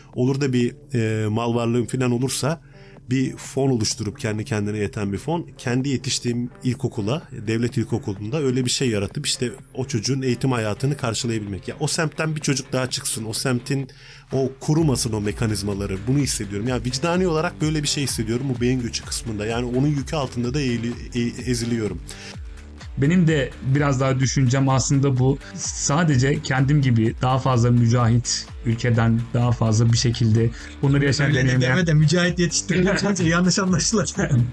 olur da bir mal varlığım falan olursa bir fon oluşturup kendi kendine yeten bir fon, kendi yetiştiğim ilkokula, devlet ilkokulunda öyle bir şey yaratıp işte o çocuğun eğitim hayatını karşılayabilmek. Ya o semtten bir çocuk daha çıksın, o semtin o kurumasın o mekanizmaları, bunu hissediyorum. Ya vicdani olarak böyle bir şey hissediyorum bu beyin göçü kısmında. Yani onun yükü altında da eziliyorum. Benim de biraz daha düşüncem aslında bu. Sadece kendim gibi daha fazla mücahit ülkeden daha fazla bir şekilde bunları yaşayan deneyimleyen... Öyle deme de mücahit yetiştirilirken yanlış anlaşılır.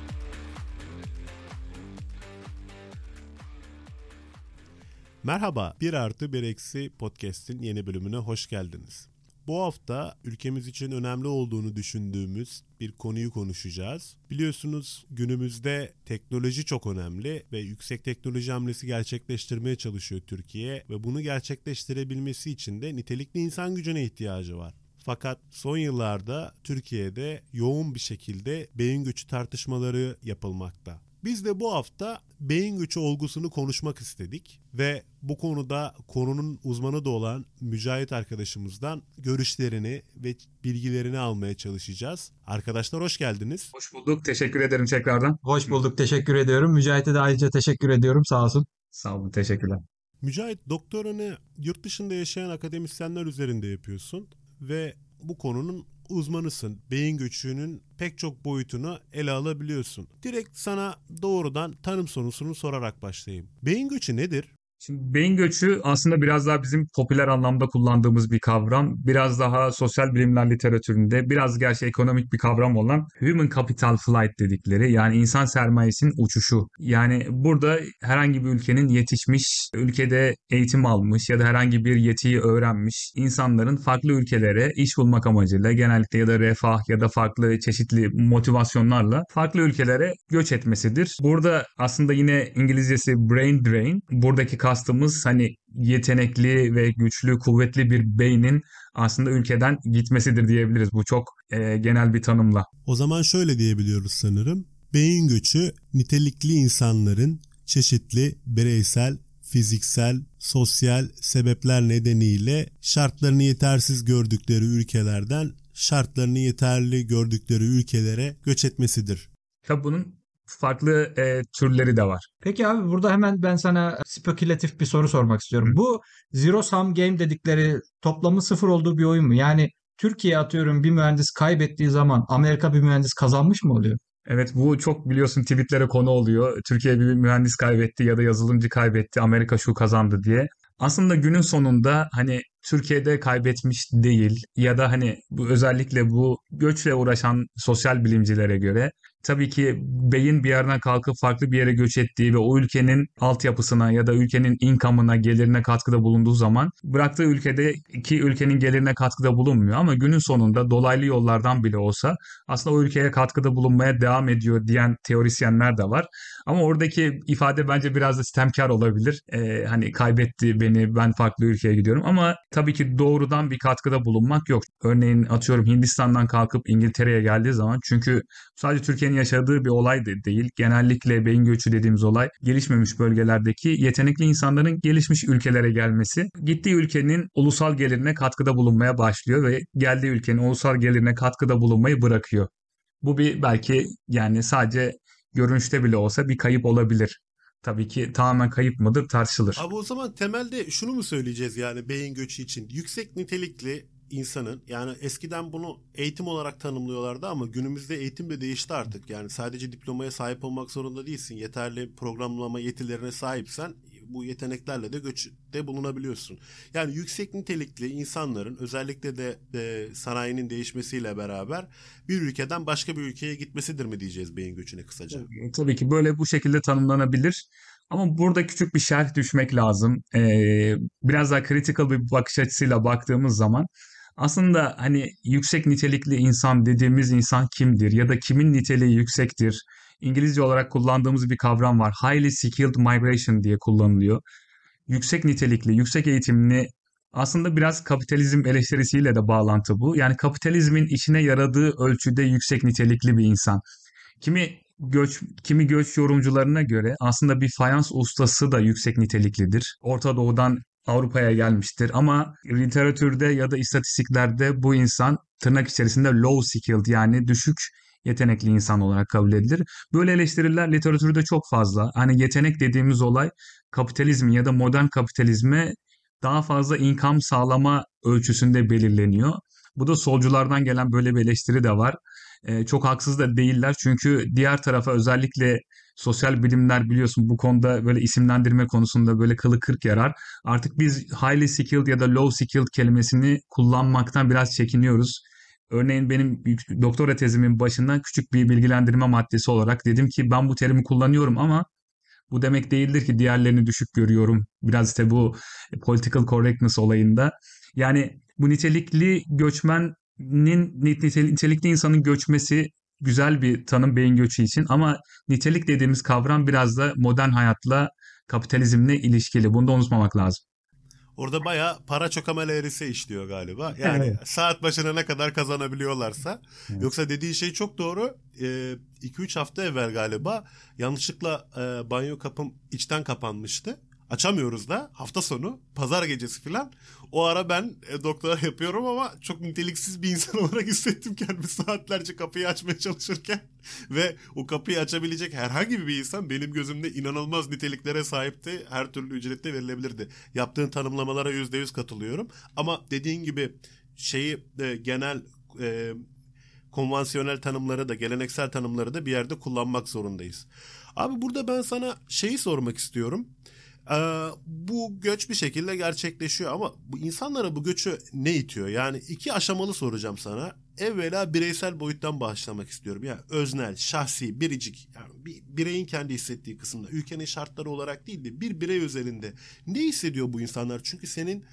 Merhaba, 1+1- podcast'in yeni bölümüne hoş geldiniz. Bu hafta ülkemiz için önemli olduğunu düşündüğümüz bir konuyu konuşacağız. Biliyorsunuz günümüzde teknoloji çok önemli ve yüksek teknoloji hamlesi gerçekleştirmeye çalışıyor Türkiye ve bunu gerçekleştirebilmesi için de nitelikli insan gücüne ihtiyacı var. Fakat son yıllarda Türkiye'de yoğun bir şekilde beyin göçü tartışmaları yapılmakta. Biz de bu hafta beyin göçü olgusunu konuşmak istedik ve bu konuda konunun uzmanı da olan Mücahit arkadaşımızdan görüşlerini ve bilgilerini almaya çalışacağız. Arkadaşlar hoş geldiniz. Hoş bulduk. Teşekkür ederim tekrardan. Hoş bulduk. Teşekkür ediyorum. Mücahit'e de ayrıca teşekkür ediyorum. Sağ olsun. Sağ olun. Teşekkürler. Mücahit, doktoranı yurt dışında yaşayan akademisyenler üzerinde yapıyorsun ve bu konunun uzmanısın. Beyin göçünün pek çok boyutunu ele alabiliyorsun. Direkt sana doğrudan tanım sorusunu sorarak başlayayım. Beyin göçü nedir? Şimdi beyin göçü aslında biraz daha bizim popüler anlamda kullandığımız bir kavram. Biraz daha sosyal bilimler literatüründe biraz gerçi ekonomik bir kavram olan human capital flight dedikleri, yani insan sermayesinin uçuşu. Yani burada herhangi bir ülkenin yetişmiş, ülkede eğitim almış ya da herhangi bir yetiyi öğrenmiş insanların farklı ülkelere iş bulmak amacıyla genellikle ya da refah ya da farklı çeşitli motivasyonlarla farklı ülkelere göç etmesidir. Burada aslında yine İngilizcesi brain drain. Buradaki kastımız hani yetenekli ve güçlü, kuvvetli bir beynin aslında ülkeden gitmesidir diyebiliriz. Bu çok genel bir tanımla. O zaman şöyle diyebiliyoruz sanırım. Beyin göçü nitelikli insanların çeşitli bireysel, fiziksel, sosyal sebepler nedeniyle şartlarını yetersiz gördükleri ülkelerden şartlarını yeterli gördükleri ülkelere göç etmesidir. Tabii bunun farklı türleri de var. Peki abi, burada hemen ben sana spekülatif bir soru sormak istiyorum. Bu Zero Sum Game dedikleri toplamı sıfır olduğu bir oyun mu? Yani Türkiye atıyorum bir mühendis kaybettiği zaman Amerika bir mühendis kazanmış mı oluyor? Evet, bu çok biliyorsun tweetlere konu oluyor. Türkiye bir mühendis kaybetti ya da yazılımcı kaybetti, Amerika şu kazandı diye. Aslında günün sonunda hani Türkiye'de kaybetmiş değil ya da hani bu özellikle bu göçle uğraşan sosyal bilimcilere göre tabii ki beyin bir yerden kalkıp farklı bir yere göç ettiği ve o ülkenin altyapısına ya da ülkenin income'ına, gelirine katkıda bulunduğu zaman bıraktığı ülkede iki ülkenin gelirine katkıda bulunmuyor. Ama günün sonunda dolaylı yollardan bile olsa aslında o ülkeye katkıda bulunmaya devam ediyor diyen teorisyenler de var. Ama oradaki ifade bence biraz da sitemkar olabilir. Hani kaybetti beni, ben farklı ülkeye gidiyorum. Ama tabii ki doğrudan bir katkıda bulunmak yok. Örneğin atıyorum Hindistan'dan kalkıp İngiltere'ye geldiği zaman, çünkü sadece Türkiye'nin yaşadığı bir olay da değil. Genellikle beyin göçü dediğimiz olay gelişmemiş bölgelerdeki yetenekli insanların gelişmiş ülkelere gelmesi. Gittiği ülkenin ulusal gelirine katkıda bulunmaya başlıyor ve geldiği ülkenin ulusal gelirine katkıda bulunmayı bırakıyor. Bu bir belki yani sadece görünüşte bile olsa bir kayıp olabilir. Tabii ki tamamen kayıp mıdır tartışılır. Abi o zaman temelde şunu mu söyleyeceğiz yani beyin göçü için? Yüksek nitelikli insanın, yani eskiden bunu eğitim olarak tanımlıyorlardı ama günümüzde eğitim de değişti artık. Yani sadece diplomaya sahip olmak zorunda değilsin. Yeterli programlama yetilerine sahipsen bu yeteneklerle de göçte bulunabiliyorsun. Yani yüksek nitelikli insanların özellikle de sanayinin değişmesiyle beraber bir ülkeden başka bir ülkeye gitmesidir mi diyeceğiz beyin göçüne kısaca? Tabii ki böyle bu şekilde tanımlanabilir. Ama burada küçük bir şerh düşmek lazım. Biraz daha critical bir bakış açısıyla baktığımız zaman aslında hani yüksek nitelikli insan dediğimiz insan kimdir ya da kimin niteliği yüksektir? İngilizce olarak kullandığımız bir kavram var. Highly skilled migration diye kullanılıyor. Yüksek nitelikli, yüksek eğitimli, aslında biraz kapitalizm eleştirisiyle de bağlantı bu. Yani kapitalizmin işine yaradığı ölçüde yüksek nitelikli bir insan. Kimi göç yorumcularına göre aslında bir fayans ustası da yüksek niteliklidir. Orta Doğu'dan Avrupa'ya gelmiştir ama literatürde ya da istatistiklerde bu insan tırnak içerisinde low skilled yani düşük yetenekli insan olarak kabul edilir. Böyle eleştiriler literatürde çok fazla. Hani yetenek dediğimiz olay kapitalizmi ya da modern kapitalizme daha fazla income sağlama ölçüsünde belirleniyor. Bu da solculardan gelen böyle bir eleştiri de var. Çok haksız da değiller çünkü diğer tarafa özellikle sosyal bilimler biliyorsun bu konuda böyle isimlendirme konusunda böyle kılı kırk yarar. Artık biz highly skilled ya da low skilled kelimesini kullanmaktan biraz çekiniyoruz. Örneğin benim doktora tezimin başından küçük bir bilgilendirme maddesi olarak dedim ki ben bu terimi kullanıyorum ama bu demek değildir ki diğerlerini düşük görüyorum. Biraz işte bu political correctness olayında. Yani bu nitelikli göçmenin nitelikli insanın göçmesi güzel bir tanım beyin göçü için ama nitelik dediğimiz kavram biraz da modern hayatla kapitalizmle ilişkili. Bunu da unutmamak lazım. Orada bayağı para çokamel eğrisi işliyor galiba. Yani Evet. saat başına ne kadar kazanabiliyorlarsa. Evet. Yoksa dediği şey çok doğru. 2-3 hafta evvel galiba yanlışlıkla banyo kapım içten kapanmıştı. Açamıyoruz da hafta sonu pazar gecesi falan. O ara ben doktora yapıyorum ama çok niteliksiz bir insan olarak hissettim kendimi saatlerce kapıyı açmaya çalışırken. Ve o kapıyı açabilecek herhangi bir insan benim gözümde inanılmaz niteliklere sahipti. Her türlü ücrette verilebilirdi. Yaptığın tanımlamalara %100 katılıyorum. Ama dediğin gibi genel konvansiyonel tanımları da geleneksel tanımları da bir yerde kullanmak zorundayız. Abi burada ben sana şeyi sormak istiyorum. Bu göç bir şekilde gerçekleşiyor ama bu insanlara bu göçü ne itiyor? Yani 2 aşamalı soracağım sana. Evvela bireysel boyuttan başlamak istiyorum. Yani öznel, şahsi, biricik. Yani bir bireyin kendi hissettiği kısımda. Ülkenin şartları olarak değil de bir birey özelinde. Ne hissediyor bu insanlar? Çünkü senin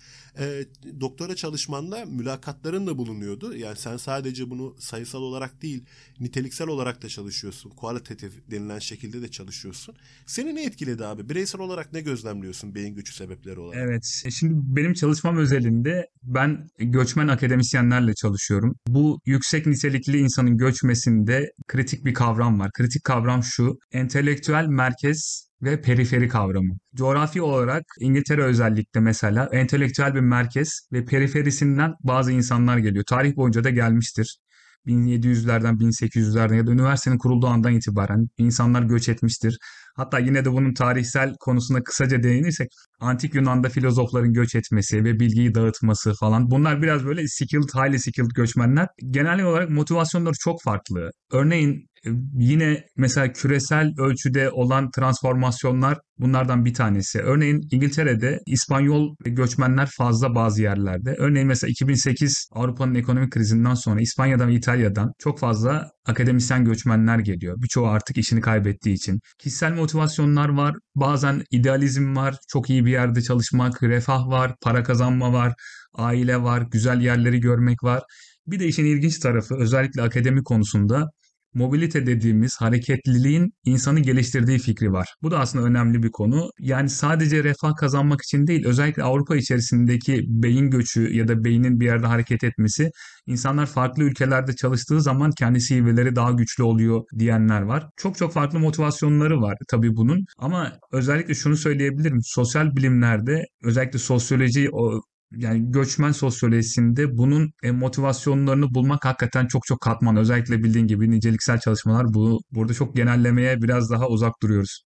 doktora çalışmanda mülakatların da bulunuyordu. Yani sen sadece bunu sayısal olarak değil, niteliksel olarak da çalışıyorsun. Kualitatif denilen şekilde de çalışıyorsun. Seni ne etkiledi abi? Bireysel olarak ne gözlemliyorsun beyin göçü sebepleri olarak? Evet, şimdi benim çalışmam özelinde ben göçmen akademisyenlerle çalışıyorum. Bu yüksek nitelikli insanın göçmesinde kritik bir kavram var. Kritik kavram şu, entelektüel merkez ve periferi kavramı. Coğrafi olarak İngiltere özellikle mesela entelektüel bir merkez ve periferisinden bazı insanlar geliyor. Tarih boyunca da gelmiştir. 1700'lerden 1800'lerden ya da üniversitenin kurulduğu andan itibaren insanlar göç etmiştir. Hatta yine de bunun tarihsel konusuna kısaca değinirsek Antik Yunan'da filozofların göç etmesi ve bilgiyi dağıtması falan bunlar biraz böyle skilled, highly skilled göçmenler. Genel olarak motivasyonları çok farklı. Örneğin yine mesela küresel ölçüde olan transformasyonlar bunlardan bir tanesi. Örneğin İngiltere'de İspanyol göçmenler fazla bazı yerlerde. Örneğin mesela 2008 Avrupa'nın ekonomik krizinden sonra İspanya'dan ve İtalya'dan çok fazla akademisyen göçmenler geliyor. Birçoğu artık işini kaybettiği için. Kişisel motivasyonlar var. Bazen idealizm var. Çok iyi bir yerde çalışmak, refah var, para kazanma var, aile var, güzel yerleri görmek var. Bir de işin ilginç tarafı özellikle akademi konusunda mobilite dediğimiz hareketliliğin insanı geliştirdiği fikri var. Bu da aslında önemli bir konu. Yani sadece refah kazanmak için değil, özellikle Avrupa içerisindeki beyin göçü ya da beynin bir yerde hareket etmesi, insanlar farklı ülkelerde çalıştığı zaman kendi CV'leri daha güçlü oluyor diyenler var. Çok çok farklı motivasyonları var tabii bunun. Ama özellikle şunu söyleyebilirim. Sosyal bilimlerde özellikle sosyoloji yani göçmen sosyolojisinde bunun motivasyonlarını bulmak hakikaten çok çok katman. Özellikle bildiğin gibi niceliksel çalışmalar burada çok genellemeye biraz daha uzak duruyoruz.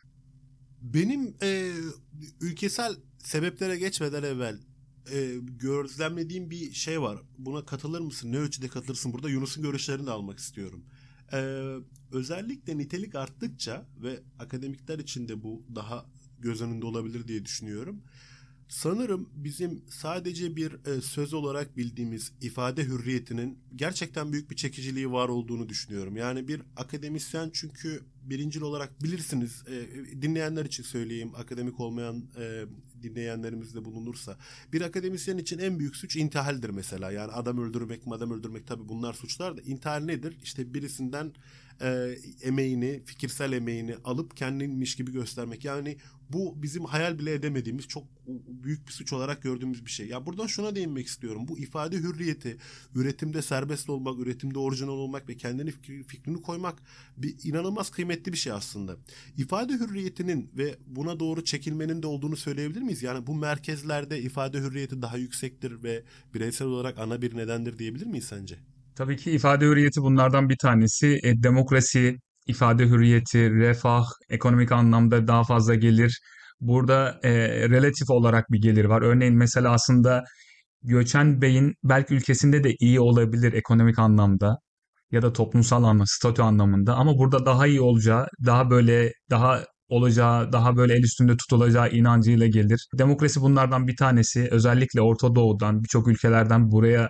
Benim ülkesel sebeplere geçmeden evvel gözlemlediğim bir şey var. Buna katılır mısın? Ne ölçüde katılırsın? Burada Yunus'un görüşlerini de almak istiyorum. Özellikle nitelik arttıkça ve akademikler için de bu daha göz önünde olabilir diye düşünüyorum. Sanırım bizim sadece bir söz olarak bildiğimiz ifade hürriyetinin gerçekten büyük bir çekiciliği var olduğunu düşünüyorum. Yani bir akademisyen çünkü birincil olarak bilirsiniz dinleyenler için söyleyeyim akademik olmayan dinleyenlerimiz de bulunursa bir akademisyen için en büyük suç intihaldir mesela. Yani adam öldürmek tabii bunlar suçlar da intihal nedir? İşte birisinden emeğini, fikirsel emeğini alıp kendinmiş gibi göstermek. Yani bu bizim hayal bile edemediğimiz, çok büyük bir suç olarak gördüğümüz bir şey. Ya buradan şuna değinmek istiyorum. Bu ifade hürriyeti, üretimde serbest olmak, üretimde orijinal olmak ve kendini fikrini koymak bir inanılmaz kıymetli bir şey aslında. İfade hürriyetinin ve buna doğru çekilmenin de olduğunu söyleyebilir miyiz? Yani bu merkezlerde ifade hürriyeti daha yüksektir ve bireysel olarak ana bir nedendir diyebilir miyiz sence? Tabii ki ifade hürriyeti bunlardan bir tanesi. Demokrasi, ifade hürriyeti, refah, ekonomik anlamda daha fazla gelir. Burada relatif olarak bir gelir var. Örneğin mesela aslında göçen beyin belki ülkesinde de iyi olabilir ekonomik anlamda ya da toplumsal anlamda, statü anlamında. Ama burada daha iyi olacağı, daha böyle daha olacağı, daha böyle el üstünde tutulacağı inancıyla gelir. Demokrasi bunlardan bir tanesi. Özellikle Orta Doğu'dan, birçok ülkelerden buraya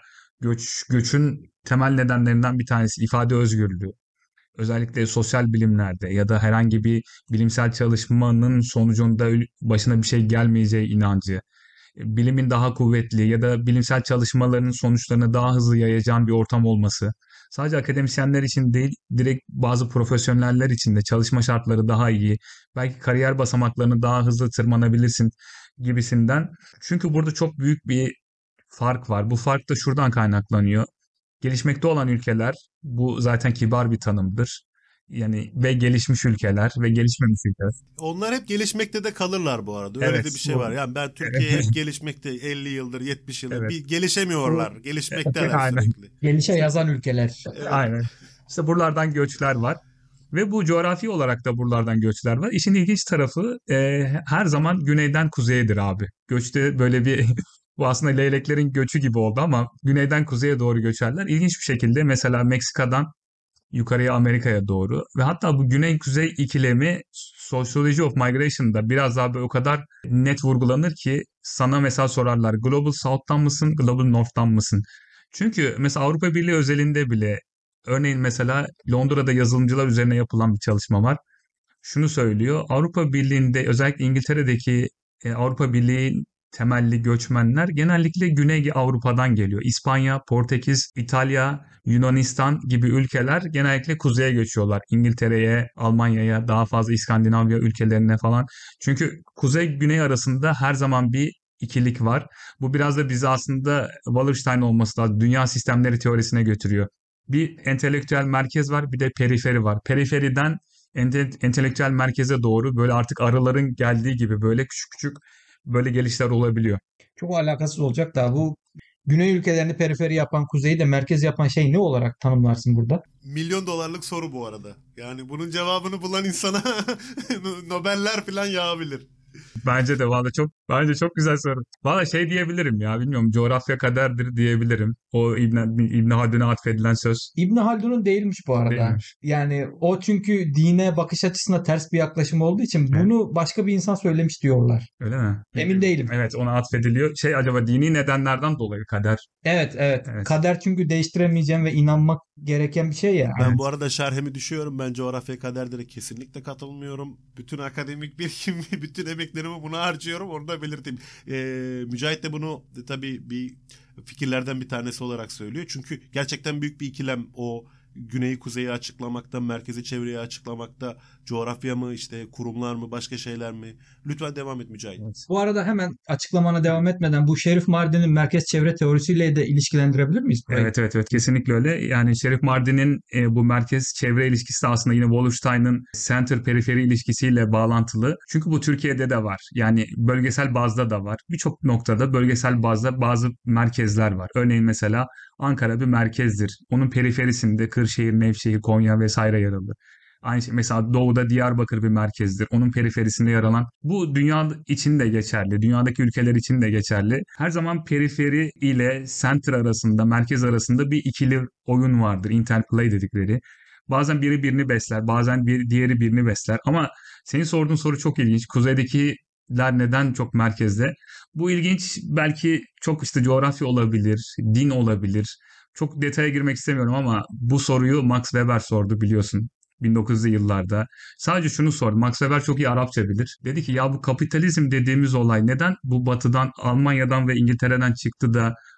göçün temel nedenlerinden bir tanesi ifade özgürlüğü. Özellikle sosyal bilimlerde ya da herhangi bir bilimsel çalışmanın sonucunda başına bir şey gelmeyeceği inancı, bilimin daha kuvvetli ya da bilimsel çalışmaların sonuçlarını daha hızlı yayacağın bir ortam olması. Sadece akademisyenler için değil, direkt bazı profesyoneller için de çalışma şartları daha iyi, belki kariyer basamaklarını daha hızlı tırmanabilirsin gibisinden. Çünkü burada çok büyük bir fark var. Bu fark da şuradan kaynaklanıyor. Gelişmekte olan ülkeler, bu zaten kibar bir tanımdır. Yani ve gelişmiş ülkeler ve gelişmemiş ülkeler. Onlar hep gelişmekte de kalırlar bu arada. Öyle Evet, de bir şey bu var. Yani ben Türkiye hep gelişmekte 50 yıldır, 70 yıldır evet. bir gelişemiyorlar. Gelişmekteler Aynen. sürekli. Gelişe yazan ülkeler. Evet. Aynen. İşte buralardan göçler var. Ve bu coğrafi olarak da buralardan göçler var. İşin ilginç tarafı her zaman güneyden kuzeydir abi. Göçte böyle bir bu aslında leyleklerin göçü gibi oldu ama güneyden kuzeye doğru göçerler. İlginç bir şekilde mesela Meksika'dan yukarıya Amerika'ya doğru ve hatta bu güney-kuzey ikilemi Sociology of Migration'da biraz daha böyle o kadar net vurgulanır ki sana mesela sorarlar Global South'tan mısın, Global North'tan mısın? Çünkü mesela Avrupa Birliği özelinde bile örneğin mesela Londra'da yazılımcılar üzerine yapılan bir çalışma var. Şunu söylüyor. Avrupa Birliği'nde özellikle İngiltere'deki Avrupa Birliği temelli göçmenler genellikle Güney Avrupa'dan geliyor. İspanya, Portekiz, İtalya, Yunanistan gibi ülkeler genellikle kuzeye göçüyorlar. İngiltere'ye, Almanya'ya, daha fazla İskandinavya ülkelerine falan. Çünkü kuzey-güney arasında her zaman bir ikilik var. Bu biraz da bizi aslında Wallerstein olması lazım. Dünya sistemleri teorisine götürüyor. Bir entelektüel merkez var, bir de periferi var. Periferiden entelektüel merkeze doğru böyle artık arıların geldiği gibi böyle küçük küçük böyle gelişler olabiliyor. Çok alakasız olacak da bu güney ülkelerini periferi yapan, kuzeyi de merkez yapan şey ne olarak tanımlarsın burada? Milyon dolarlık soru bu arada. Yani bunun cevabını bulan insana Nobeller falan yağabilir. Bence de bence çok güzel soru. Valla şey diyebilirim ya bilmiyorum coğrafya kaderdir diyebilirim. O İbn Haldun'a atfedilen söz İbn Haldun'un değilmiş bu arada. değilmiş. Yani o çünkü dine bakış açısına ters bir yaklaşım olduğu için Evet. bunu başka bir insan söylemiş diyorlar. Öyle mi? Emin değilim. Evet ona atfediliyor. Şey acaba dini nedenlerden dolayı kader. Evet. Evet. Kader çünkü değiştiremeyeceğim ve inanmak gereken bir şey ya. Ben bu arada şerhimi düşüyorum. Ben coğrafya kaderlere kesinlikle katılmıyorum. Bütün akademik birikimimi, bütün emeklerimi buna harcıyorum. Onu da belirteyim. Mücahit de bunu tabii bir fikirlerden bir tanesi olarak söylüyor. Çünkü gerçekten büyük bir ikilem o güneyi kuzeyi açıklamakta, merkezi çevreyi açıklamakta, coğrafya mı işte kurumlar mı başka şeyler mi? Lütfen devam et Mücahit. Evet. Bu arada hemen açıklamana devam etmeden bu Şerif Mardin'in merkez çevre teorisiyle de ilişkilendirebilir miyiz burayı? Evet kesinlikle öyle. Yani Şerif Mardin'in bu merkez çevre ilişkisi de aslında yine Wallerstein'ın center periferi ilişkisiyle bağlantılı. Çünkü bu Türkiye'de de var. Yani bölgesel bazda da var. Birçok noktada bölgesel bazda bazı merkezler var. Örneğin mesela Ankara bir merkezdir. Onun periferisinde Kırşehir, Nevşehir, Konya vesaire yer alır. Aynı şey mesela doğuda Diyarbakır bir merkezdir. Onun periferisinde yer alan. Bu dünya için de geçerli. Dünyadaki ülkeler için de geçerli. Her zaman periferi ile center arasında, merkez arasında bir ikili oyun vardır. Interplay dedikleri. Bazen biri birini besler, bazen diğeri birini besler. Ama senin sorduğun soru çok ilginç. Kuzeydekiler neden çok merkezde? Bu ilginç belki çok işte coğrafya olabilir, din olabilir. Çok detaya girmek istemiyorum ama bu soruyu Max Weber sordu biliyorsun. 1900'lü yıllarda. Sadece şunu sordu. Max Weber çok iyi Arapça bilir. Dedi ki ya bu kapitalizm dediğimiz olay neden bu batıdan, Almanya'dan ve İngiltere'den çıktı da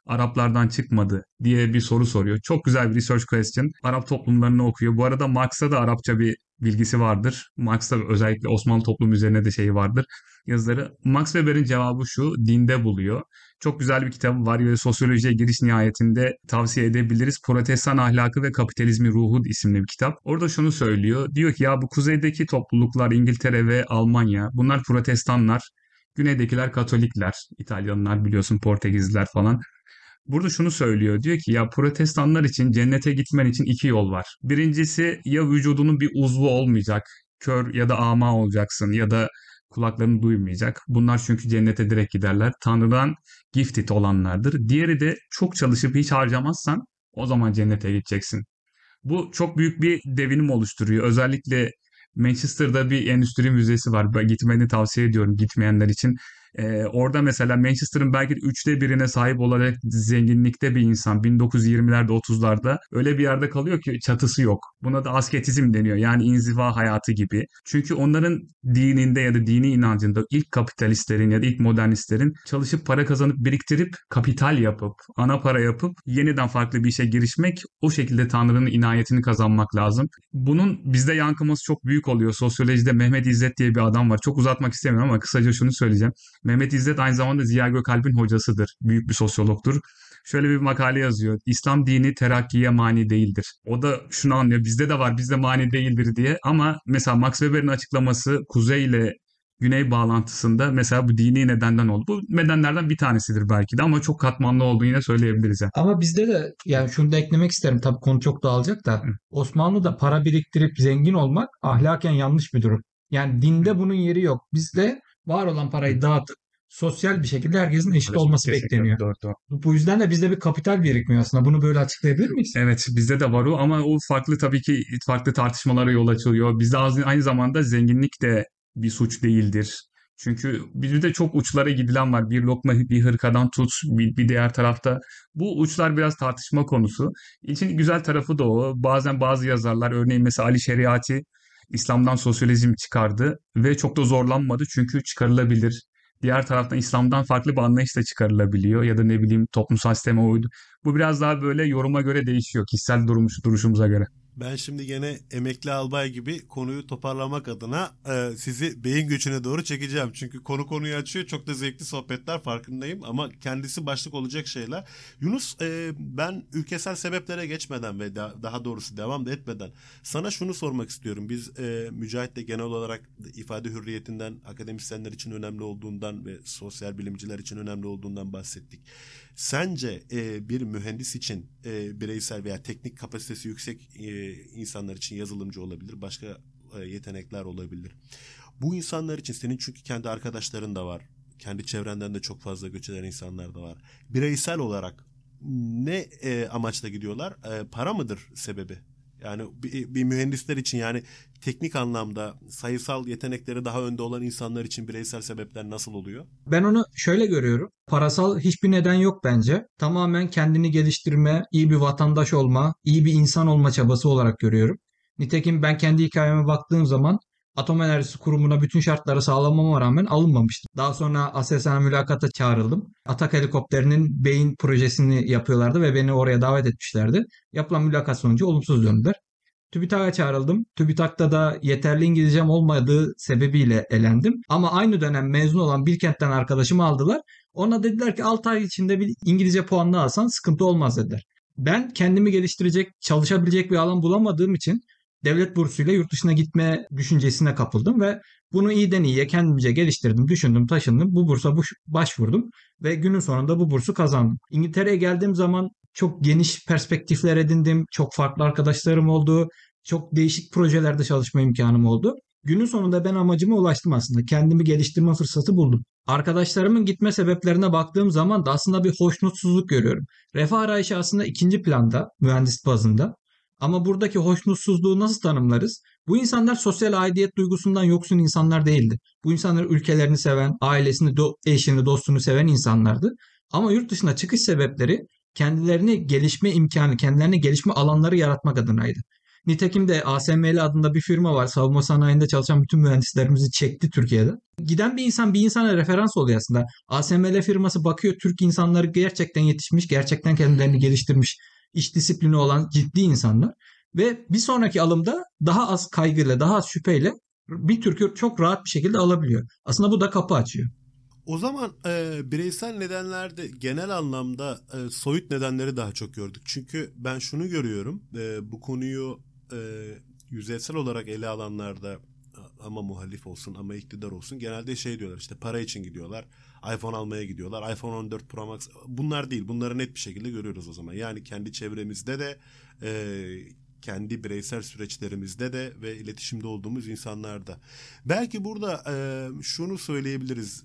Araplardan çıkmadı diye bir soru soruyor. Çok güzel bir research question. Arap toplumlarını okuyor. Bu arada Marx'a da Arapça bir bilgisi vardır. Marx'ta özellikle Osmanlı toplumu üzerine de şeyi vardır. Yazıları. Max Weber'in cevabı şu, dinde buluyor. Çok güzel bir kitabı var ve sosyolojiye giriş nihayetinde tavsiye edebiliriz. Protestan Ahlakı ve Kapitalizmi Ruhu isimli bir kitap. Orada şunu söylüyor. Diyor ki ya bu kuzeydeki topluluklar İngiltere ve Almanya bunlar protestanlar. Güneydekiler Katolikler. İtalyanlar biliyorsun Portekizliler falan. Burada şunu söylüyor. Diyor ki ya protestanlar için cennete gitmen için iki yol var. Birincisi ya vücudunun bir uzvu olmayacak. Kör ya da ama olacaksın ya da kulaklarını duymayacak. Bunlar çünkü cennete direkt giderler. Tanrı'dan gifted olanlardır. Diğeri de çok çalışıp hiç harcamazsan o zaman cennete gideceksin. Bu çok büyük bir devinim oluşturuyor. Özellikle Manchester'da bir endüstri müzesi var. Gitmeni tavsiye ediyorum gitmeyenler için. Orada mesela Manchester'ın belki de 1/3'üne sahip olacak zenginlikte bir insan 1920'lerde 30'larda öyle bir yerde kalıyor ki çatısı yok. Buna da asketizm deniyor. Yani inziva hayatı gibi. Çünkü onların dininde ya da dini inancında ilk kapitalistlerin ya da ilk modernistlerin çalışıp para kazanıp biriktirip kapital yapıp ana para yapıp yeniden farklı bir işe girişmek, o şekilde Tanrı'nın inayetini kazanmak lazım. Bunun bizde yankıması çok büyük oluyor. Sosyolojide Mehmet İzzet diye bir adam var. Çok uzatmak istemiyorum ama kısaca şunu söyleyeceğim. Mehmet İzzet aynı zamanda Ziya Gökalp'in hocasıdır. Büyük bir sosyologtur. Şöyle bir makale yazıyor. İslam dini terakkiye mani değildir. O da şunu anlıyor. Bizde de var, bizde mani değildir diye. Ama mesela Max Weber'in açıklaması kuzey ile güney bağlantısında mesela bu dini nedenden oldu. Bu nedenlerden bir tanesidir belki de ama çok katmanlı olduğunu yine söyleyebiliriz. Yani. Ama bizde de yani şunu da eklemek isterim. Tabii konu çok dağılacak da Osmanlı'da para biriktirip zengin olmak ahlaken yanlış bir durum. Yani dinde bunun yeri yok. Bizde var olan parayı dağıtıp sosyal bir şekilde herkesin eşit olması bekleniyor. Doğru. Bu yüzden de bizde bir kapital birikmiyor aslında. Bunu böyle açıklayabilir miyiz? Evet, bizde de var o ama o farklı tabii ki farklı tartışmalara yol açılıyor. Bizde aynı zamanda zenginlik de bir suç değildir. Çünkü bizde çok uçlara gidilen var. Bir lokma bir hırkadan tut, bir diğer tarafta. Bu uçlar biraz tartışma konusu. İçin güzel tarafı da o. Bazen bazı yazarlar, örneğin mesela Ali Şeriati İslam'dan sosyalizm çıkardı ve çok da zorlanmadı çünkü çıkarılabilir. Diğer taraftan İslam'dan farklı bir anlayış da çıkarılabiliyor ya da ne bileyim toplumsal sisteme uydu. Bu biraz daha böyle yoruma göre değişiyor, kişisel duruşumuza göre. Ben şimdi gene emekli albay gibi konuyu toparlamak adına sizi beyin göçüne doğru çekeceğim. Çünkü konuyu açıyor. Çok da zevkli sohbetler, farkındayım. Ama kendisi başlık olacak şeyler. Yunus, ben ülkesel sebeplere geçmeden ve daha doğrusu devam da etmeden sana şunu sormak istiyorum. Biz Mücahit'le genel olarak ifade hürriyetinden, akademisyenler için önemli olduğundan ve sosyal bilimciler için önemli olduğundan bahsettik. Sence bir mühendis için bireysel veya teknik kapasitesi yüksek insanlar için yazılımcı olabilir, başka yetenekler olabilir. Bu insanlar için senin çünkü kendi arkadaşların da var, kendi çevrenden de çok fazla göç eden insanlar da var. Bireysel olarak ne amaçla gidiyorlar? Para mıdır sebebi? Yani bir mühendisler için, yani teknik anlamda sayısal yetenekleri daha önde olan insanlar için bireysel sebepler nasıl oluyor? Ben onu şöyle görüyorum. Parasal hiçbir neden yok bence. Tamamen kendini geliştirme, iyi bir vatandaş olma, iyi bir insan olma çabası olarak görüyorum. Nitekim ben kendi hikayeme baktığım zaman Atom Enerjisi Kurumu'na bütün şartları sağlamama rağmen alınmamıştım. Daha sonra Aselsan'a mülakata çağrıldım. Atak helikopterinin beyin projesini yapıyorlardı ve beni oraya davet etmişlerdi. Yapılan mülakat sonucu olumsuz döndüler. TÜBİTAK'a çağrıldım. TÜBİTAK'ta da yeterli İngilizcem olmadığı sebebiyle elendim. Ama aynı dönem mezun olan Bilkent'ten arkadaşımı aldılar. Ona dediler ki 6 ay içinde bir İngilizce puanını alsan sıkıntı olmaz dediler. Ben kendimi geliştirecek, çalışabilecek bir alan bulamadığım için devlet bursuyla yurt dışına gitme düşüncesine kapıldım ve bunu iyiden iyiye kendimce geliştirdim, düşündüm, taşındım. Bu bursa başvurdum ve günün sonunda bu bursu kazandım. İngiltere'ye geldiğim zaman çok geniş perspektifler edindim. Çok farklı arkadaşlarım oldu. Çok değişik projelerde çalışma imkanım oldu. Günün sonunda ben amacıma ulaştım aslında. Kendimi geliştirme fırsatı buldum. Arkadaşlarımın gitme sebeplerine baktığım zaman da aslında bir hoşnutsuzluk görüyorum. Refah arayışı aslında ikinci planda, mühendis bazında. Ama buradaki hoşnutsuzluğu nasıl tanımlarız? Bu insanlar sosyal aidiyet duygusundan yoksun insanlar değildi. Bu insanlar ülkelerini seven, ailesini, eşini, dostunu seven insanlardı. Ama yurt dışına çıkış sebepleri kendilerini gelişme imkanı, kendilerine gelişme alanları yaratmak adınaydı. Nitekim de ASML adında bir firma var. Savunma sanayinde çalışan bütün mühendislerimizi çekti Türkiye'den. Giden bir insana referans oluyor aslında. ASML firması bakıyor, Türk insanları gerçekten yetişmiş, gerçekten kendilerini geliştirmiş, iş disiplini olan ciddi insanlar. Ve bir sonraki alımda daha az kaygıyla, daha az şüpheyle bir Türk'ü çok rahat bir şekilde alabiliyor. Aslında bu da kapı açıyor. O zaman bireysel nedenlerde genel anlamda soyut nedenleri daha çok gördük. Çünkü ben şunu görüyorum, bu konuyu yüzeysel olarak ele alanlarda, ama muhalif olsun ama iktidar olsun, genelde şey diyorlar, işte para için gidiyorlar, iPhone almaya gidiyorlar, iPhone 14 Pro Max, bunlar değil, bunları net bir şekilde görüyoruz o zaman. Yani kendi çevremizde de kendi bireysel süreçlerimizde de ve iletişimde olduğumuz insanlarda. Belki burada şunu söyleyebiliriz.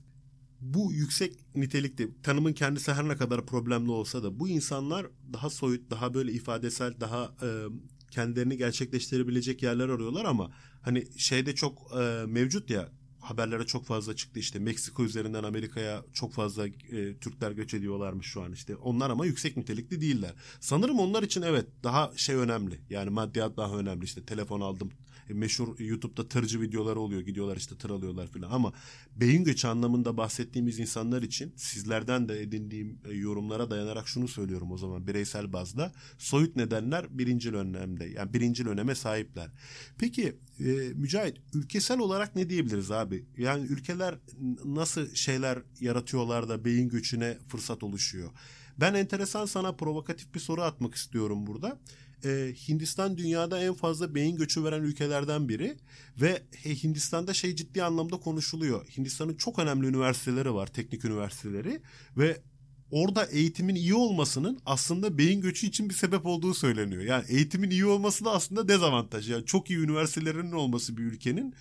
Bu yüksek nitelikte, tanımın kendisi her ne kadar problemli olsa da, bu insanlar daha soyut, daha böyle ifadesel, daha kendilerini gerçekleştirebilecek yerler arıyorlar ama hani şeyde çok mevcut ya, haberlere çok fazla çıktı, işte Meksika üzerinden Amerika'ya çok fazla Türkler göç ediyorlarmış şu an işte. Onlar ama yüksek nitelikli değiller. Sanırım onlar için evet daha şey önemli. Yani maddiyat daha önemli, işte telefon aldım. Meşhur YouTube'da tırcı videoları oluyor. Gidiyorlar işte tır alıyorlar falan. Ama beyin göçü anlamında bahsettiğimiz insanlar için sizlerden de edindiğim yorumlara dayanarak şunu söylüyorum o zaman bireysel bazda. Soyut nedenler birincil önemde. Yani birincil öneme sahipler. Peki Mücahit, ülkesel olarak ne diyebiliriz abi? Yani ülkeler nasıl şeyler yaratıyorlar da beyin göçüne fırsat oluşuyor? Ben enteresan, sana provokatif bir soru atmak istiyorum burada. Hindistan dünyada en fazla beyin göçü veren ülkelerden biri ve Hindistan'da şey ciddi anlamda konuşuluyor. Hindistan'ın çok önemli üniversiteleri var, teknik üniversiteleri ve orada eğitimin iyi olmasının aslında beyin göçü için bir sebep olduğu söyleniyor. Yani eğitimin iyi olması da aslında dezavantaj. Yani çok iyi üniversitelerinin olması bir ülkenin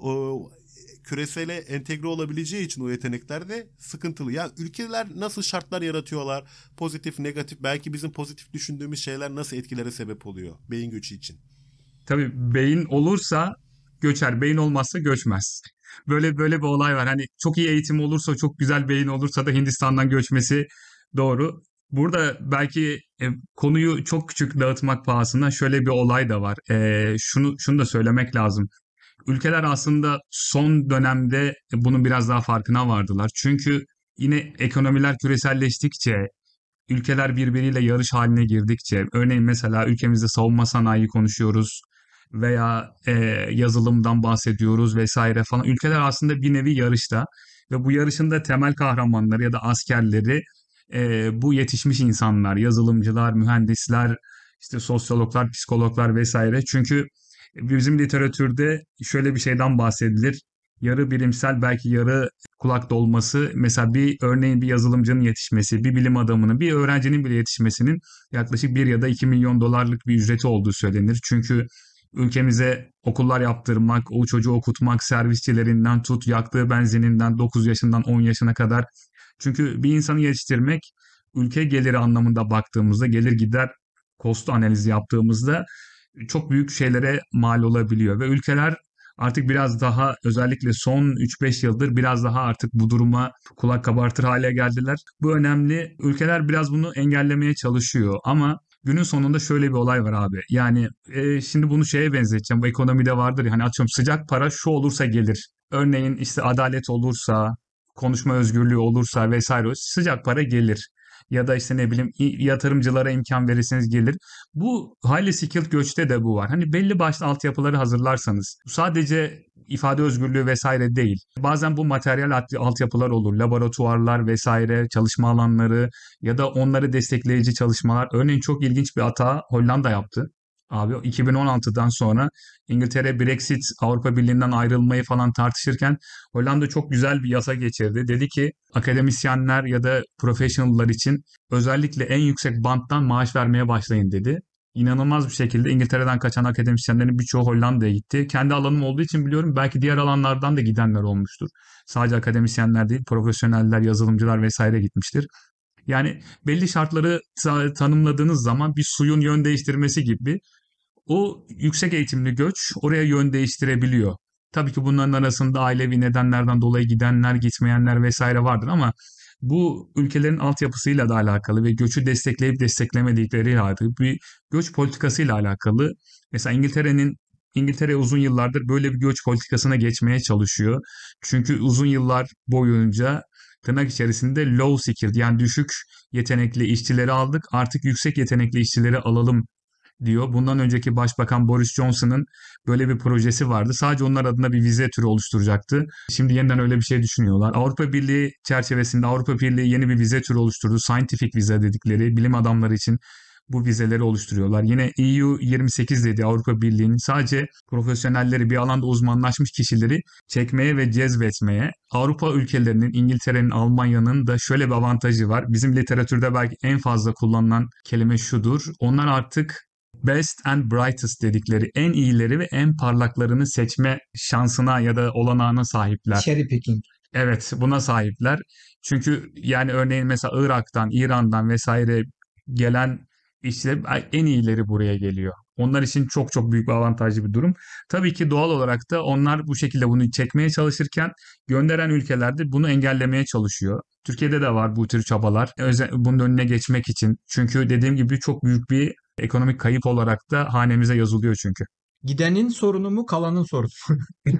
o küresele entegre olabileceği için o yetenekler de sıkıntılı. Yani ülkeler nasıl şartlar yaratıyorlar? Pozitif, negatif, belki bizim pozitif düşündüğümüz şeyler nasıl etkilere sebep oluyor beyin göçü için? Tabii beyin olursa göçer, beyin olmazsa göçmez. Böyle bir olay var. Hani çok iyi eğitim olursa, çok güzel beyin olursa da Hindistan'dan göçmesi doğru. Burada belki konuyu çok küçük dağıtmak pahasına şöyle bir olay da var. Şunu da söylemek lazım. Ülkeler aslında son dönemde bunun biraz daha farkına vardılar. Çünkü yine ekonomiler küreselleştikçe, ülkeler birbiriyle yarış haline girdikçe, örneğin mesela ülkemizde savunma sanayi konuşuyoruz veya yazılımdan bahsediyoruz vesaire falan. Ülkeler aslında bir nevi yarışta ve bu yarışın da temel kahramanları ya da askerleri bu yetişmiş insanlar, yazılımcılar, mühendisler, işte sosyologlar, psikologlar vesaire. Çünkü bizim literatürde şöyle bir şeyden bahsedilir. Yarı bilimsel, belki yarı kulak dolması. Mesela örneğin bir yazılımcının yetişmesi, bir bilim adamının, bir öğrencinin bile yetişmesinin yaklaşık 1 ya da 2 milyon dolarlık bir ücreti olduğu söylenir. Çünkü ülkemize okullar yaptırmak, o çocuğu okutmak, servisçilerinden tut, yaktığı benzininden 9 yaşından 10 yaşına kadar. Çünkü bir insanı yetiştirmek, ülke geliri anlamında baktığımızda, gelir gider kostu analizi yaptığımızda çok büyük şeylere mal olabiliyor ve ülkeler artık biraz daha, özellikle son 3-5 yıldır biraz daha artık bu duruma kulak kabartır hale geldiler. Bu önemli. Ülkeler biraz bunu engellemeye çalışıyor ama günün sonunda şöyle bir olay var abi. Yani şimdi bunu şeye benzeteceğim. Bu ekonomide vardır ya, hani atıyorum sıcak para şu olursa gelir. Örneğin işte adalet olursa, konuşma özgürlüğü olursa vesaire, sıcak para gelir. Ya da işte ne bileyim yatırımcılara imkan verirseniz gelir. Bu highly skilled göçte de bu var. Hani belli başlı altyapıları hazırlarsanız, sadece ifade özgürlüğü vesaire değil. Bazen bu materyal altyapılar olur. Laboratuvarlar vesaire, çalışma alanları ya da onları destekleyici çalışmalar. Örneğin çok ilginç bir hata Hollanda yaptı. Abi 2016'dan sonra İngiltere Brexit, Avrupa Birliği'nden ayrılmayı falan tartışırken Hollanda çok güzel bir yasa geçirdi. Dedi ki akademisyenler ya da professional'lar için özellikle en yüksek banttan maaş vermeye başlayın dedi. İnanılmaz bir şekilde İngiltere'den kaçan akademisyenlerin birçoğu Hollanda'ya gitti. Kendi alanım olduğu için biliyorum, belki diğer alanlardan da gidenler olmuştur. Sadece akademisyenler değil, profesyoneller, yazılımcılar vesaire gitmiştir. Yani belli şartları tanımladığınız zaman bir suyun yön değiştirmesi gibi o yüksek eğitimli göç oraya yön değiştirebiliyor. Tabii ki bunların arasında ailevi nedenlerden dolayı gidenler, gitmeyenler vesaire vardır ama Bu ülkelerin altyapısıyla da alakalı ve göçü destekleyip desteklemedikleriyle alakalı bir göç politikasıyla alakalı. Mesela İngiltere uzun yıllardır böyle bir göç politikasına geçmeye çalışıyor. Çünkü uzun yıllar boyunca tırnak içerisinde low skilled yani düşük yetenekli işçileri aldık. Artık yüksek yetenekli işçileri alalım diyor. Bundan önceki Başbakan Boris Johnson'ın böyle bir projesi vardı. Sadece onlar adına bir vize türü oluşturacaktı. Şimdi yeniden öyle bir şey düşünüyorlar. Avrupa Birliği çerçevesinde Avrupa Birliği yeni bir vize türü oluşturdu. Scientific vize dedikleri bilim adamları için bu vizeleri oluşturuyorlar. Yine EU 28 dedi Avrupa Birliği'nin sadece profesyonelleri, bir alanda uzmanlaşmış kişileri çekmeye ve cezbetmeye. Avrupa ülkelerinin, İngiltere'nin, Almanya'nın da şöyle bir avantajı var. Bizim literatürde belki en fazla kullanılan kelime şudur. Onlar artık best and brightest dedikleri en iyileri ve en parlaklarını seçme şansına ya da olanağına sahipler. Cherry picking. Evet, buna sahipler. Çünkü yani örneğin mesela Irak'tan, İran'dan vesaire gelen işçiler en iyileri buraya geliyor. Onlar için çok çok büyük bir avantajlı bir durum. Tabii ki doğal olarak da onlar bu şekilde bunu çekmeye çalışırken gönderen ülkelerde bunu engellemeye çalışıyor. Türkiye'de de var bu tür çabalar. Bunun önüne geçmek için. Çünkü dediğim gibi çok büyük bir ekonomik kayıp olarak da hanemize yazılıyor çünkü. Gidenin sorunu mu, kalanın sorunu mu?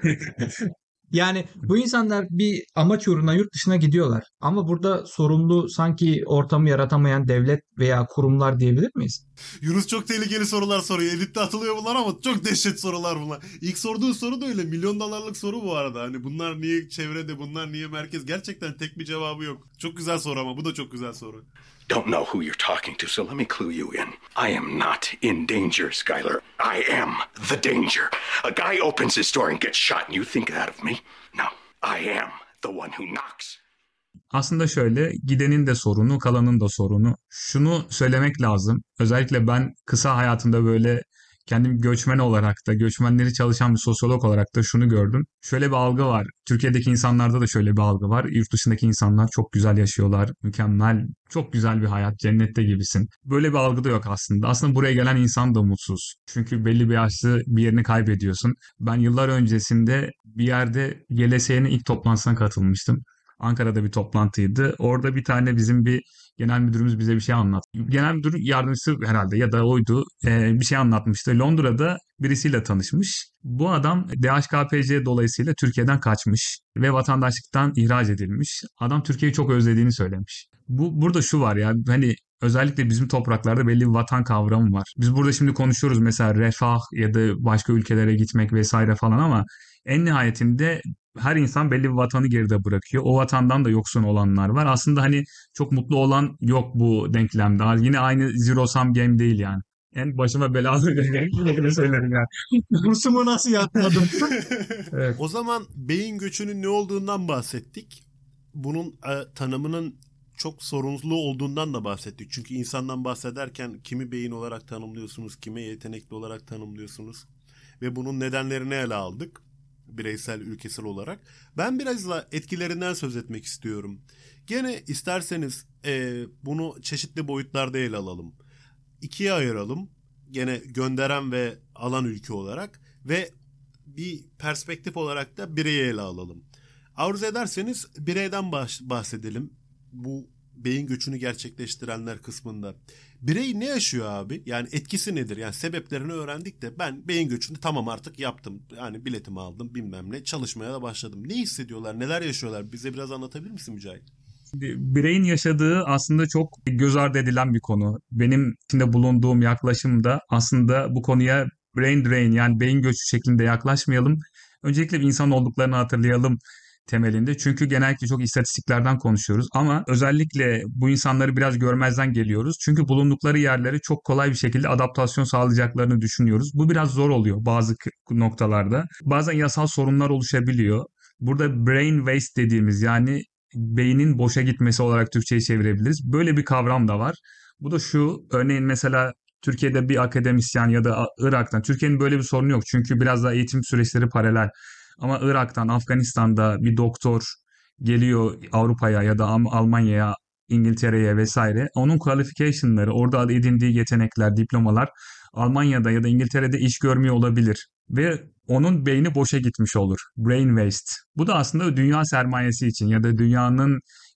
Yani bu insanlar bir amaç uğruna yurt dışına gidiyorlar. Ama burada sorumlu sanki ortamı yaratamayan devlet veya kurumlar diyebilir miyiz? Yunus çok tehlikeli sorular soruyor. Editte atılıyor bunlar ama çok dehşet sorular bunlar. İlk sorduğun soru da öyle. $1 milyon soru bu arada. Hani bunlar niye çevrede, bunlar niye merkez? Gerçekten tek bir cevabı yok. Çok güzel soru ama bu da çok güzel soru. Don't know who you're talking to, so let me clue you in. I am not in danger, Skylar. I am the danger. A guy opens his door and gets shot, and you think that of me? No, I am the one who knocks. Aslında şöyle, gidenin de sorunu, kalanın da sorunu. Şunu söylemek lazım. Özellikle ben kısa hayatımda böyle kendim göçmen olarak da, göçmenleri çalışan bir sosyolog olarak da şunu gördüm. Şöyle bir algı var. Türkiye'deki insanlarda da şöyle bir algı var. Yurt dışındaki insanlar çok güzel yaşıyorlar. Mükemmel, çok güzel bir hayat, cennette gibisin. Böyle bir algı da yok aslında. Aslında buraya gelen insan da mutsuz. Çünkü belli bir yaşta bir yerini kaybediyorsun. Ben yıllar öncesinde bir yerde YLS'nin ilk toplantısına katılmıştım. Ankara'da bir toplantıydı. Orada bir tane bizim bir genel müdürümüz bize bir şey anlattı. Genel müdür yardımcısı herhalde ya da oydu. Bir şey anlatmıştı. Londra'da birisiyle tanışmış. Bu adam DHKPC dolayısıyla Türkiye'den kaçmış ve vatandaşlıktan ihraç edilmiş. Adam Türkiye'yi çok özlediğini söylemiş. Burada şu var ya, hani özellikle bizim topraklarda belli bir vatan kavramı var. Biz burada şimdi konuşuyoruz mesela refah ya da başka ülkelere gitmek vesaire falan ama en nihayetinde her insan belli bir vatanı geride bırakıyor. O vatandan da yoksun olanlar var. Aslında hani çok mutlu olan yok bu denklemde. Yine aynı Zero Sum Game değil yani. En başıma belalı bir söylerim yani. Bursumu nasıl yatmadım? Evet. O zaman beyin göçünün ne olduğundan bahsettik. Bunun tanımının çok sorunlu olduğundan da bahsettik. Çünkü insandan bahsederken kimi beyin olarak tanımlıyorsunuz, kime yetenekli olarak tanımlıyorsunuz ve bunun nedenlerini ele aldık. Bireysel, ülkesel olarak. Ben biraz da etkilerinden söz etmek istiyorum. Gene isterseniz bunu çeşitli boyutlarda ele alalım. İkiye ayıralım. Gene gönderen ve alan ülke olarak ve bir perspektif olarak da bireyi ele alalım. Arzu ederseniz bireyden bahsedelim. Bu beyin göçünü gerçekleştirenler kısmında. Birey ne yaşıyor abi? Yani etkisi nedir? Yani sebeplerini öğrendik de ben beyin göçünü tamam artık yaptım. Yani biletimi aldım bilmem ne. Çalışmaya da başladım. Ne hissediyorlar? Neler yaşıyorlar? Bize biraz anlatabilir misin Mücahit? Bireyin yaşadığı aslında çok göz ardı edilen bir konu. Benim içinde bulunduğum yaklaşımda aslında bu konuya brain drain yani beyin göçü şeklinde yaklaşmayalım. Öncelikle bir insan olduklarını hatırlayalım temelinde. Çünkü genellikle çok istatistiklerden konuşuyoruz ama özellikle bu insanları biraz görmezden geliyoruz. Çünkü bulundukları yerlere çok kolay bir şekilde adaptasyon sağlayacaklarını düşünüyoruz. Bu biraz zor oluyor bazı noktalarda. Bazen yasal sorunlar oluşabiliyor. Burada brain waste dediğimiz yani beynin boşa gitmesi olarak Türkçe'ye çevirebiliriz. Böyle bir kavram da var. Bu da şu, örneğin mesela Türkiye'de bir akademisyen ya da Irak'tan, Türkiye'nin böyle bir sorunu yok. Çünkü biraz daha eğitim süreçleri paralel. Ama Irak'tan, Afganistan'da bir doktor geliyor Avrupa'ya ya da Almanya'ya, İngiltere'ye vesaire. Onun qualification'ları, orada edindiği yetenekler, diplomalar Almanya'da ya da İngiltere'de iş görmüyor olabilir. Ve onun beyni boşa gitmiş olur. Brain waste. Bu da aslında dünya sermayesi için ya da dünyanın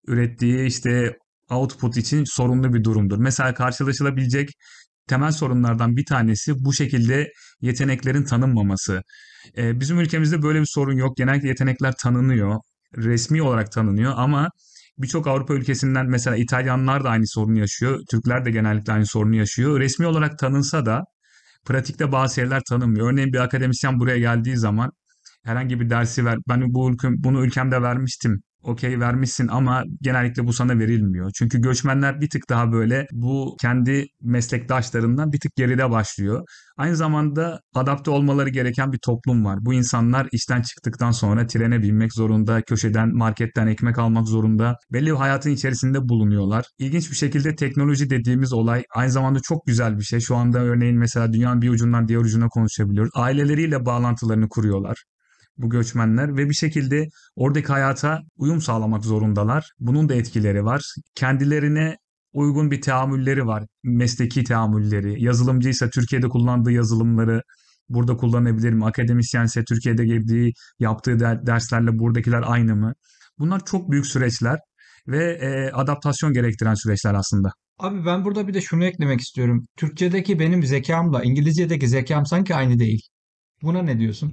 ürettiği işte output için sorunlu bir durumdur. Mesela karşılaşılabilecek temel sorunlardan bir tanesi bu şekilde yeteneklerin tanınmaması. Bizim ülkemizde böyle bir sorun yok. Genellikle yetenekler tanınıyor. Resmi olarak tanınıyor ama birçok Avrupa ülkesinden mesela İtalyanlar da aynı sorunu yaşıyor. Türkler de genellikle aynı sorunu yaşıyor. Resmi olarak tanınsa da pratikte bazı şeyler tanınmıyor. Örneğin bir akademisyen buraya geldiği zaman herhangi bir dersi ver. Ben bunu ülkemde vermiştim. Okey vermişsin ama genellikle bu sana verilmiyor. Çünkü göçmenler bir tık daha böyle bu kendi meslektaşlarından bir tık geride başlıyor. Aynı zamanda adapte olmaları gereken bir toplum var. Bu insanlar işten çıktıktan sonra trene binmek zorunda, köşeden, marketten ekmek almak zorunda. Belli bir hayatın içerisinde bulunuyorlar. İlginç bir şekilde teknoloji dediğimiz olay aynı zamanda çok güzel bir şey. Şu anda örneğin mesela dünyanın bir ucundan diğer ucuna konuşabiliyoruz. Aileleriyle bağlantılarını kuruyorlar bu göçmenler ve bir şekilde oradaki hayata uyum sağlamak zorundalar. Bunun da etkileri var. Kendilerine uygun bir teamülleri var. Mesleki teamülleri. Yazılımcıysa Türkiye'de kullandığı yazılımları burada kullanabilir mi? Akademisyense Türkiye'de girdiği, yaptığı derslerle buradakiler aynı mı? Bunlar çok büyük süreçler ve adaptasyon gerektiren süreçler aslında. Abi ben burada bir de şunu eklemek istiyorum. Türkçedeki benim zekamla İngilizce'deki zekam sanki aynı değil. Buna ne diyorsun?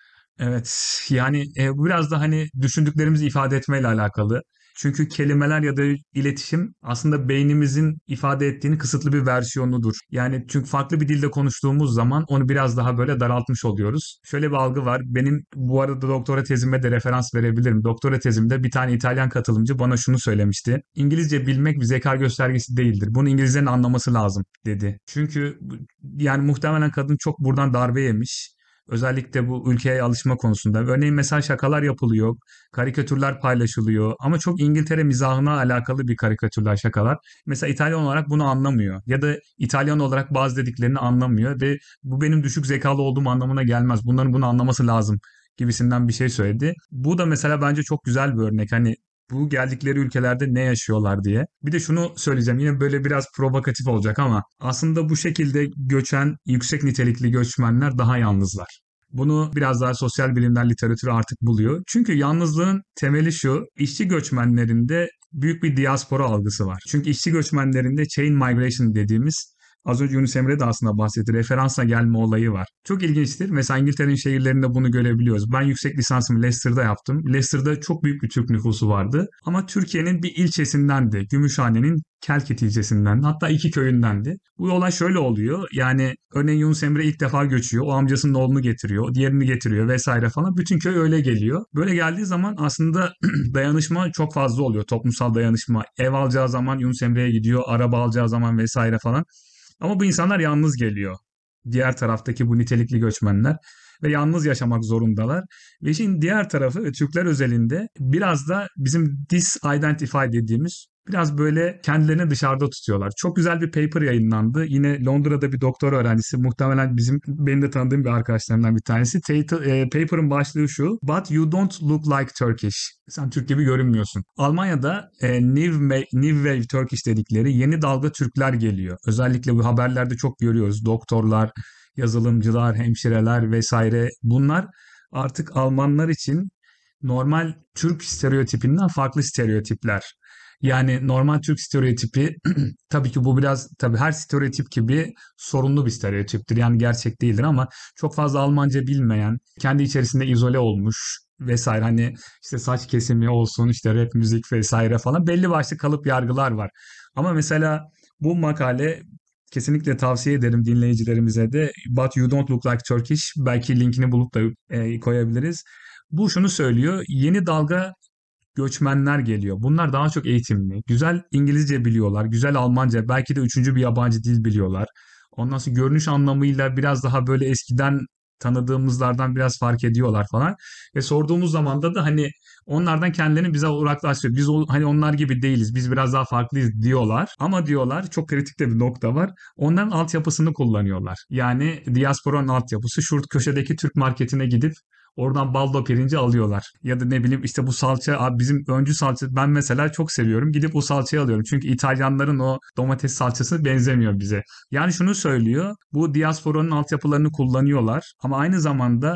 Evet, yani bu biraz da hani düşündüklerimizi ifade etmeyle alakalı. Çünkü kelimeler ya da iletişim aslında beynimizin ifade ettiğini kısıtlı bir versiyonudur. Yani çünkü farklı bir dilde konuştuğumuz zaman onu biraz daha böyle daraltmış oluyoruz. Şöyle bir algı var. Benim bu arada doktora tezime de referans verebilirim. Doktora tezimde bir tane İtalyan katılımcı bana şunu söylemişti. İngilizce bilmek bir zeka göstergesi değildir. Bunu İngilizlerin anlaması lazım dedi. Çünkü yani muhtemelen kadın çok buradan darbe yemiş. Özellikle bu ülkeye alışma konusunda. Örneğin mesela şakalar yapılıyor, karikatürler paylaşılıyor ama çok İngiltere mizahına alakalı bir karikatürler, şakalar. Mesela İtalyan olarak bunu anlamıyor ya da İtalyan olarak bazı dediklerini anlamıyor ve bu benim düşük zekalı olduğum anlamına gelmez. Bunların bunu anlaması lazım gibisinden bir şey söyledi. Bu da mesela bence çok güzel bir örnek. Hani bu geldikleri ülkelerde ne yaşıyorlar diye. Bir de şunu söyleyeceğim, yine böyle biraz provokatif olacak ama aslında bu şekilde göçen yüksek nitelikli göçmenler daha yalnızlar. Bunu biraz daha sosyal bilimler literatürü artık buluyor. Çünkü yalnızlığın temeli şu: işçi göçmenlerinde büyük bir diaspora algısı var. Çünkü işçi göçmenlerinde chain migration dediğimiz, az önce Yunus Emre de aslında bahsetti, referansla gelme olayı var. Çok ilginçtir. Mesela İngiltere'nin şehirlerinde bunu görebiliyoruz. Ben yüksek lisansımı Leicester'da yaptım. Leicester'da çok büyük bir Türk nüfusu vardı. Ama Türkiye'nin bir ilçesindendi. Gümüşhane'nin Kelkit ilçesinden, hatta iki köyündendi. Bu olay şöyle oluyor. Yani örneğin Yunus Emre ilk defa göçüyor. O amcasının oğlunu getiriyor, diğerini getiriyor vesaire falan. Bütün köy öyle geliyor. Böyle geldiği zaman aslında dayanışma çok fazla oluyor. Toplumsal dayanışma. Ev alacağı zaman Yunus Emre'ye gidiyor. Araba alacağı zaman vesaire falan. Ama bu insanlar yalnız geliyor. Diğer taraftaki bu nitelikli göçmenler ve yalnız yaşamak zorundalar. Ve şimdi diğer tarafı Türkler özelinde biraz da bizim disidentify dediğimiz, biraz böyle kendilerini dışarıda tutuyorlar. Çok güzel bir paper yayınlandı. Yine Londra'da bir doktor öğrencisi, muhtemelen benim de tanıdığım bir arkadaşlarımdan bir tanesi. Paper'ın başlığı şu: But you don't look like Turkish. Sen Türk gibi görünmüyorsun. Almanya'da New Wave Turkish dedikleri yeni dalga Türkler geliyor. Özellikle bu haberlerde çok görüyoruz. Doktorlar, yazılımcılar, hemşireler vesaire. Bunlar artık Almanlar için normal Türk stereotipinden farklı stereotipler. Yani normal Türk stereotipi tabii ki bu biraz, tabii her stereotip gibi sorunlu bir stereotiptir. Yani gerçek değildir ama çok fazla Almanca bilmeyen, kendi içerisinde izole olmuş vesaire, hani işte saç kesimi olsun, işte rap müzik vesaire falan, belli başlı kalıp yargılar var. Ama mesela bu makale kesinlikle tavsiye ederim dinleyicilerimize de. But You Don't Look Like Turkish. Belki linkini bulup da koyabiliriz. Bu şunu söylüyor: yeni dalga göçmenler geliyor. Bunlar daha çok eğitimli. Güzel İngilizce biliyorlar. Güzel Almanca. Belki de üçüncü bir yabancı dil biliyorlar. Ondan sonra görünüş anlamıyla biraz daha böyle eskiden tanıdığımızlardan biraz fark ediyorlar falan. Ve sorduğumuz zaman da hani onlardan kendilerini bize uzaklaştırıyor. Biz hani onlar gibi değiliz. Biz biraz daha farklıyız diyorlar. Ama diyorlar, çok kritik de bir nokta var: onların altyapısını kullanıyorlar. Yani diasporanın altyapısı, şu köşedeki Türk marketine gidip oradan baldo pirinci alıyorlar. Ya da ne bileyim işte bu salça, abi bizim öncü salça, ben mesela çok seviyorum. Gidip o salçayı alıyorum. Çünkü İtalyanların o domates salçası benzemiyor bize. Yani şunu söylüyor: bu diasporanın altyapılarını kullanıyorlar ama aynı zamanda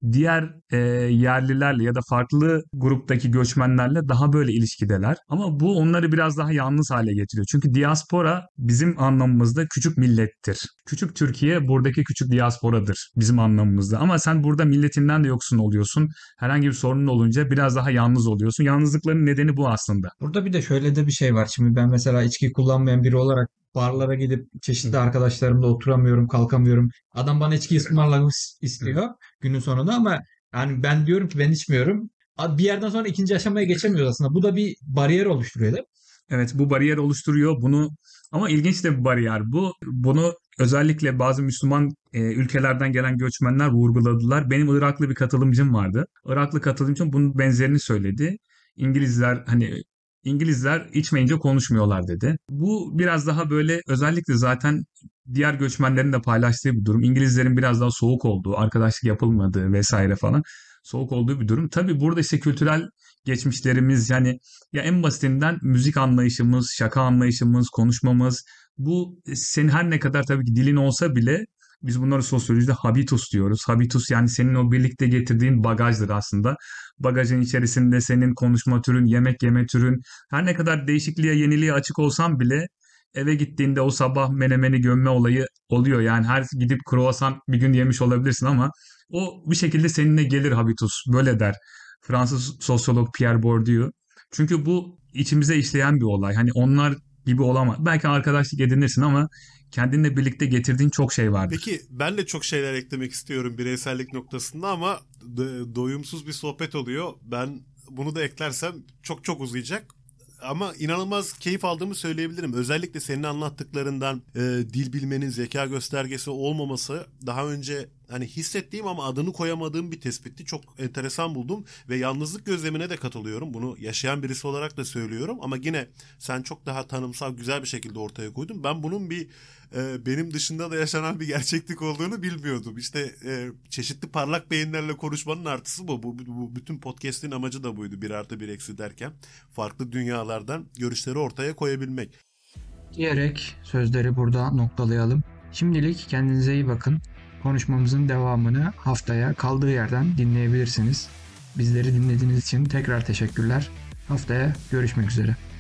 diğer yerlilerle ya da farklı gruptaki göçmenlerle daha böyle ilişkideler. Ama bu onları biraz daha yalnız hale getiriyor. Çünkü diaspora bizim anlamımızda küçük millettir. Küçük Türkiye buradaki küçük diasporadır bizim anlamımızda. Ama sen burada milletinden de yoksun oluyorsun. Herhangi bir sorunun olunca biraz daha yalnız oluyorsun. Yalnızlıkların nedeni bu aslında. Burada bir de şöyle de bir şey var. Şimdi ben mesela içki kullanmayan biri olarak barlara gidip çeşitli arkadaşlarımla oturamıyorum, kalkamıyorum. Adam bana içki ısmarlamak istiyor günün sonunda ama yani ben diyorum ki ben içmiyorum. Bir yerden sonra ikinci aşamaya geçemiyoruz aslında. Bu da bir bariyer oluşturuyor değil mi? Evet, bu bariyer oluşturuyor bunu ama ilginç de bir bariyer bu. Bunu özellikle bazı Müslüman ülkelerden gelen göçmenler vurguladılar. Benim Iraklı bir katılımcım vardı. Iraklı katılımcım bunun benzerini söyledi. İngilizler içmeyince konuşmuyorlar dedi. Bu biraz daha böyle özellikle zaten diğer göçmenlerin de paylaştığı bir durum. İngilizlerin biraz daha soğuk olduğu, arkadaşlık yapılmadığı vesaire falan soğuk olduğu bir durum. Tabii burada işte kültürel geçmişlerimiz yani ya en basitinden müzik anlayışımız, şaka anlayışımız, konuşmamız bu senin her ne kadar tabii ki dilin olsa bile biz bunları sosyolojide habitus diyoruz. Habitus yani senin o birlikte getirdiğin bagajdır aslında. Bagajın içerisinde senin konuşma türün, yemek yeme türün her ne kadar değişikliğe, yeniliğe açık olsan bile eve gittiğinde o sabah menemeni gömme olayı oluyor. Yani her gidip kruvasan bir gün yemiş olabilirsin ama o bir şekilde seninle gelir habitus. Böyle der Fransız sosyolog Pierre Bourdieu. Çünkü bu içimize işleyen bir olay. Hani onlar gibi olamaz. Belki arkadaşlık edinirsin ama kendinle birlikte getirdiğin çok şey vardır. Peki ben de çok şeyler eklemek istiyorum bireysellik noktasında ama doyumsuz bir sohbet oluyor. Ben bunu da eklersem çok uzayacak. Ama inanılmaz keyif aldığımı söyleyebilirim. Özellikle senin anlattıklarından dil bilmenin zeka göstergesi olmaması daha önce hani hissettiğim ama adını koyamadığım bir tespitti. Çok enteresan buldum ve yalnızlık gözlemine de katılıyorum. Bunu yaşayan birisi olarak da söylüyorum ama yine sen çok daha tanımsal güzel bir şekilde ortaya koydun. Ben bunun benim dışında da yaşanan bir gerçeklik olduğunu bilmiyordum. İşte çeşitli parlak beyinlerle konuşmanın artısı bu. Bu bütün podcast'in amacı da buydu. 1+1 derken farklı dünyalardan görüşleri ortaya koyabilmek. Diyerek sözleri burada noktalayalım. Şimdilik kendinize iyi bakın. Konuşmamızın devamını haftaya kaldığı yerden dinleyebilirsiniz. Bizleri dinlediğiniz için tekrar teşekkürler. Haftaya görüşmek üzere.